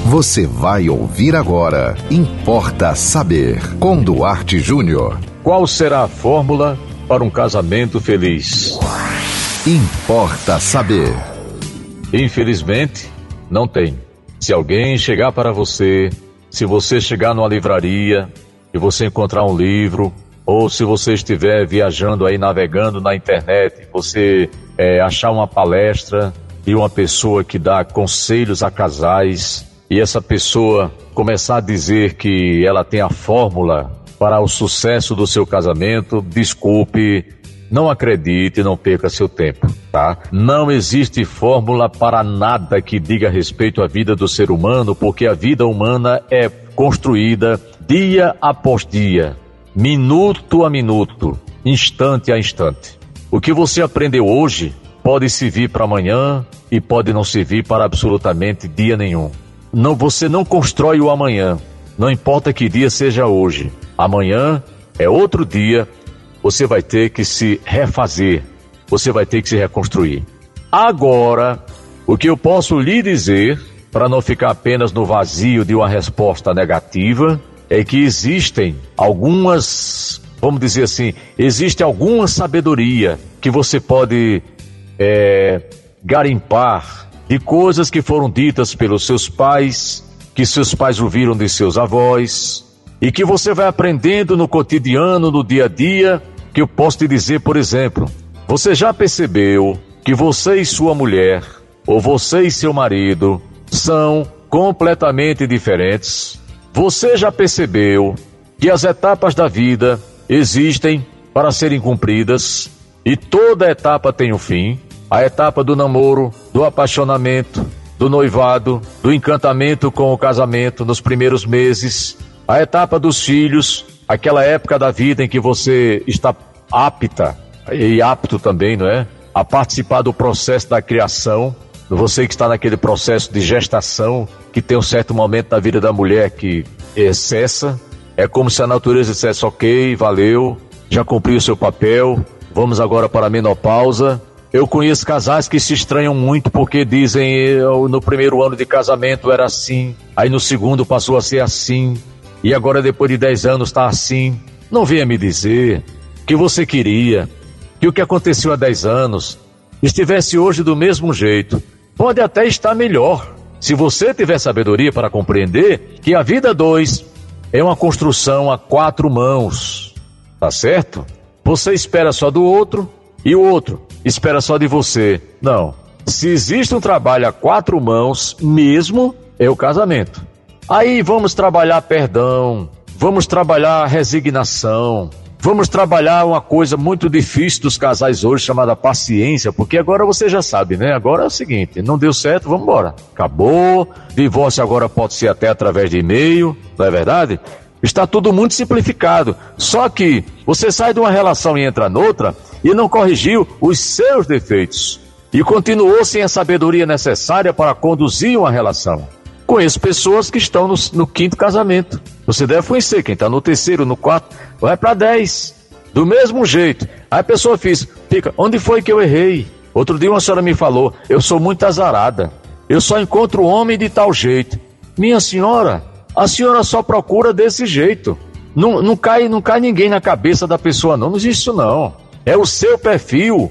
Você vai ouvir agora Importa Saber, com Duarte Júnior. Qual será a fórmula para um casamento feliz? Importa Saber. Infelizmente, não tem. Se alguém chegar para você, se você chegar numa livraria e você encontrar um livro, ou se você estiver viajando aí, navegando na internet, você achar uma palestra de uma pessoa que dá conselhos a casais, e essa pessoa começar a dizer que ela tem a fórmula para o sucesso do seu casamento, desculpe, não acredite, não perca seu tempo, tá? Não existe fórmula para nada que diga respeito à vida do ser humano, porque a vida humana é construída dia após dia, minuto a minuto, instante a instante. O que você aprendeu hoje pode servir para amanhã e pode não servir para absolutamente dia nenhum. Não, você não constrói o amanhã, não importa que dia seja hoje. Amanhã é outro dia, você vai ter que se refazer, você vai ter que se reconstruir. Agora, o que eu posso lhe dizer, para não ficar apenas no vazio de uma resposta negativa, é que existem algumas, vamos dizer assim, existe alguma sabedoria que você pode garimpar de coisas que foram ditas pelos seus pais, que seus pais ouviram de seus avós, e que você vai aprendendo no cotidiano, no dia a dia, que eu posso te dizer, por exemplo, você já percebeu que você e sua mulher, ou você e seu marido, são completamente diferentes? Você já percebeu que as etapas da vida existem para serem cumpridas, e toda etapa tem um fim? A etapa do namoro, do apaixonamento, do noivado, do encantamento com o casamento nos primeiros meses, a etapa dos filhos, aquela época da vida em que você está apta e apto também, não é? A participar do processo da criação, você que está naquele processo de gestação, que tem um certo momento da vida da mulher que cessa, é como se a natureza dissesse, ok, valeu, já cumpriu o seu papel, vamos agora para a menopausa. Eu conheço casais que se estranham muito porque dizem, no primeiro ano de casamento era assim, aí no segundo passou a ser assim, e agora depois de 10 anos está assim. Não venha me dizer que você queria que o que aconteceu há 10 anos estivesse hoje do mesmo jeito. Pode até estar melhor, se você tiver sabedoria para compreender que a vida 2 é uma construção a 4 mãos, tá certo? Você espera só do outro e o outro espera só de você. Não. Se existe um trabalho a 4 mãos, mesmo, é o casamento. Aí vamos trabalhar perdão, vamos trabalhar resignação, vamos trabalhar uma coisa muito difícil dos casais hoje, chamada paciência, porque agora você já sabe, né? Agora é o seguinte, não deu certo, vamos embora. Acabou, divórcio agora pode ser até através de e-mail, não é verdade? Está tudo muito simplificado. Só que você sai de uma relação e entra noutra e não corrigiu os seus defeitos e continuou sem a sabedoria necessária para conduzir uma relação. Conheço pessoas que estão no 5º casamento. Você deve conhecer quem está no 3º, no 4º, vai para 10. Do mesmo jeito. Aí a pessoa fica, onde foi que eu errei? Outro dia uma senhora me falou, eu sou muito azarada. Eu só encontro homem de tal jeito. Minha senhora, a senhora só procura desse jeito. Não cai ninguém na cabeça da pessoa, não existe isso não. É o seu perfil.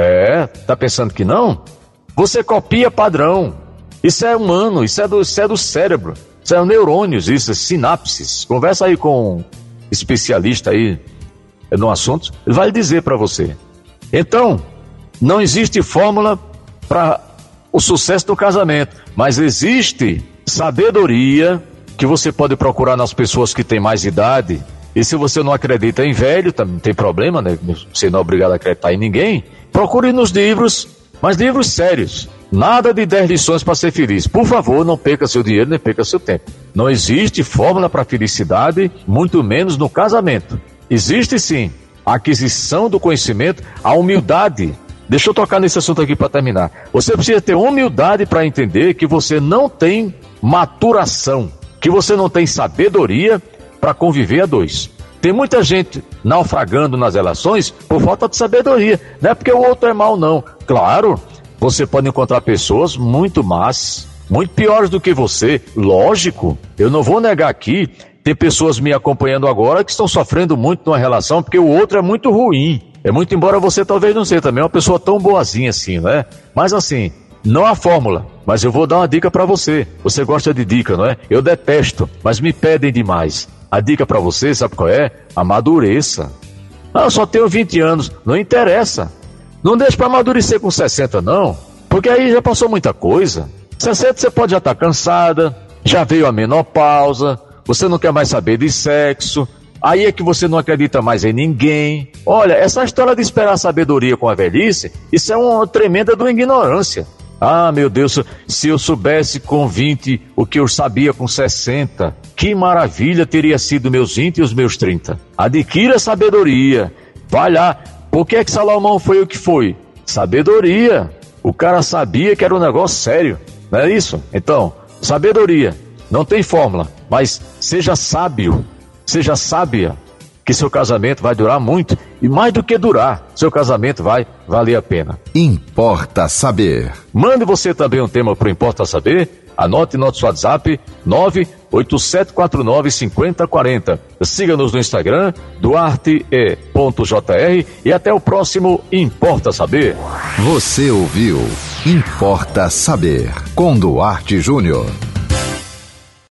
Tá pensando que não? Você copia padrão. Isso é humano, isso é do cérebro. Isso é neurônios, isso é sinapses. Conversa aí com um especialista aí no assunto, ele vai dizer para você. Então, não existe fórmula para o sucesso do casamento, mas existe sabedoria que você pode procurar nas pessoas que têm mais idade. E se você não acredita em velho, também não tem problema, né? Você não é obrigado a acreditar em ninguém. Procure nos livros, mas livros sérios. Nada de 10 lições para ser feliz. Por favor, não perca seu dinheiro, nem perca seu tempo. Não existe fórmula para felicidade, muito menos no casamento. Existe sim a aquisição do conhecimento, a humildade. Deixa eu tocar nesse assunto aqui para terminar. Você precisa ter humildade para entender que você não tem maturação, que você não tem sabedoria para conviver a 2. Tem muita gente naufragando nas relações por falta de sabedoria. Não é porque o outro é mau, não. Claro, você pode encontrar pessoas muito más, muito piores do que você. Lógico, eu não vou negar aqui, tem pessoas me acompanhando agora que estão sofrendo muito numa relação porque o outro é muito ruim. É muito, embora você talvez não seja também uma pessoa tão boazinha assim, né? Mas assim, não há fórmula, mas eu vou dar uma dica pra você. Você gosta de dica, não é? Eu detesto, mas me pedem demais. A dica pra você, sabe qual é? Amadureça. Ah, eu só tenho 20 anos, não interessa. Não deixe pra amadurecer com 60 não, porque aí já passou muita coisa. 60 você pode já estar cansada, já veio a menopausa, você não quer mais saber de sexo, aí é que você não acredita mais em ninguém. Olha, essa história de esperar sabedoria com a velhice, isso é uma tremenda de uma ignorância. Ah, meu Deus, se eu soubesse com 20 o que eu sabia com 60, que maravilha teria sido meus 20 e os meus 30. Adquira sabedoria, vai lá. Por que é que Salomão foi o que foi? Sabedoria. O cara sabia que era um negócio sério, não é isso? Então, sabedoria. Não tem fórmula, mas seja sábio, seja sábia, que seu casamento vai durar muito, e mais do que durar, seu casamento vai valer a pena. Importa Saber. Mande você também um tema para o Importa Saber, anote nosso WhatsApp 987495040. Siga-nos no Instagram, duarte.jr, e até o próximo Importa Saber. Você ouviu Importa Saber, com Duarte Júnior.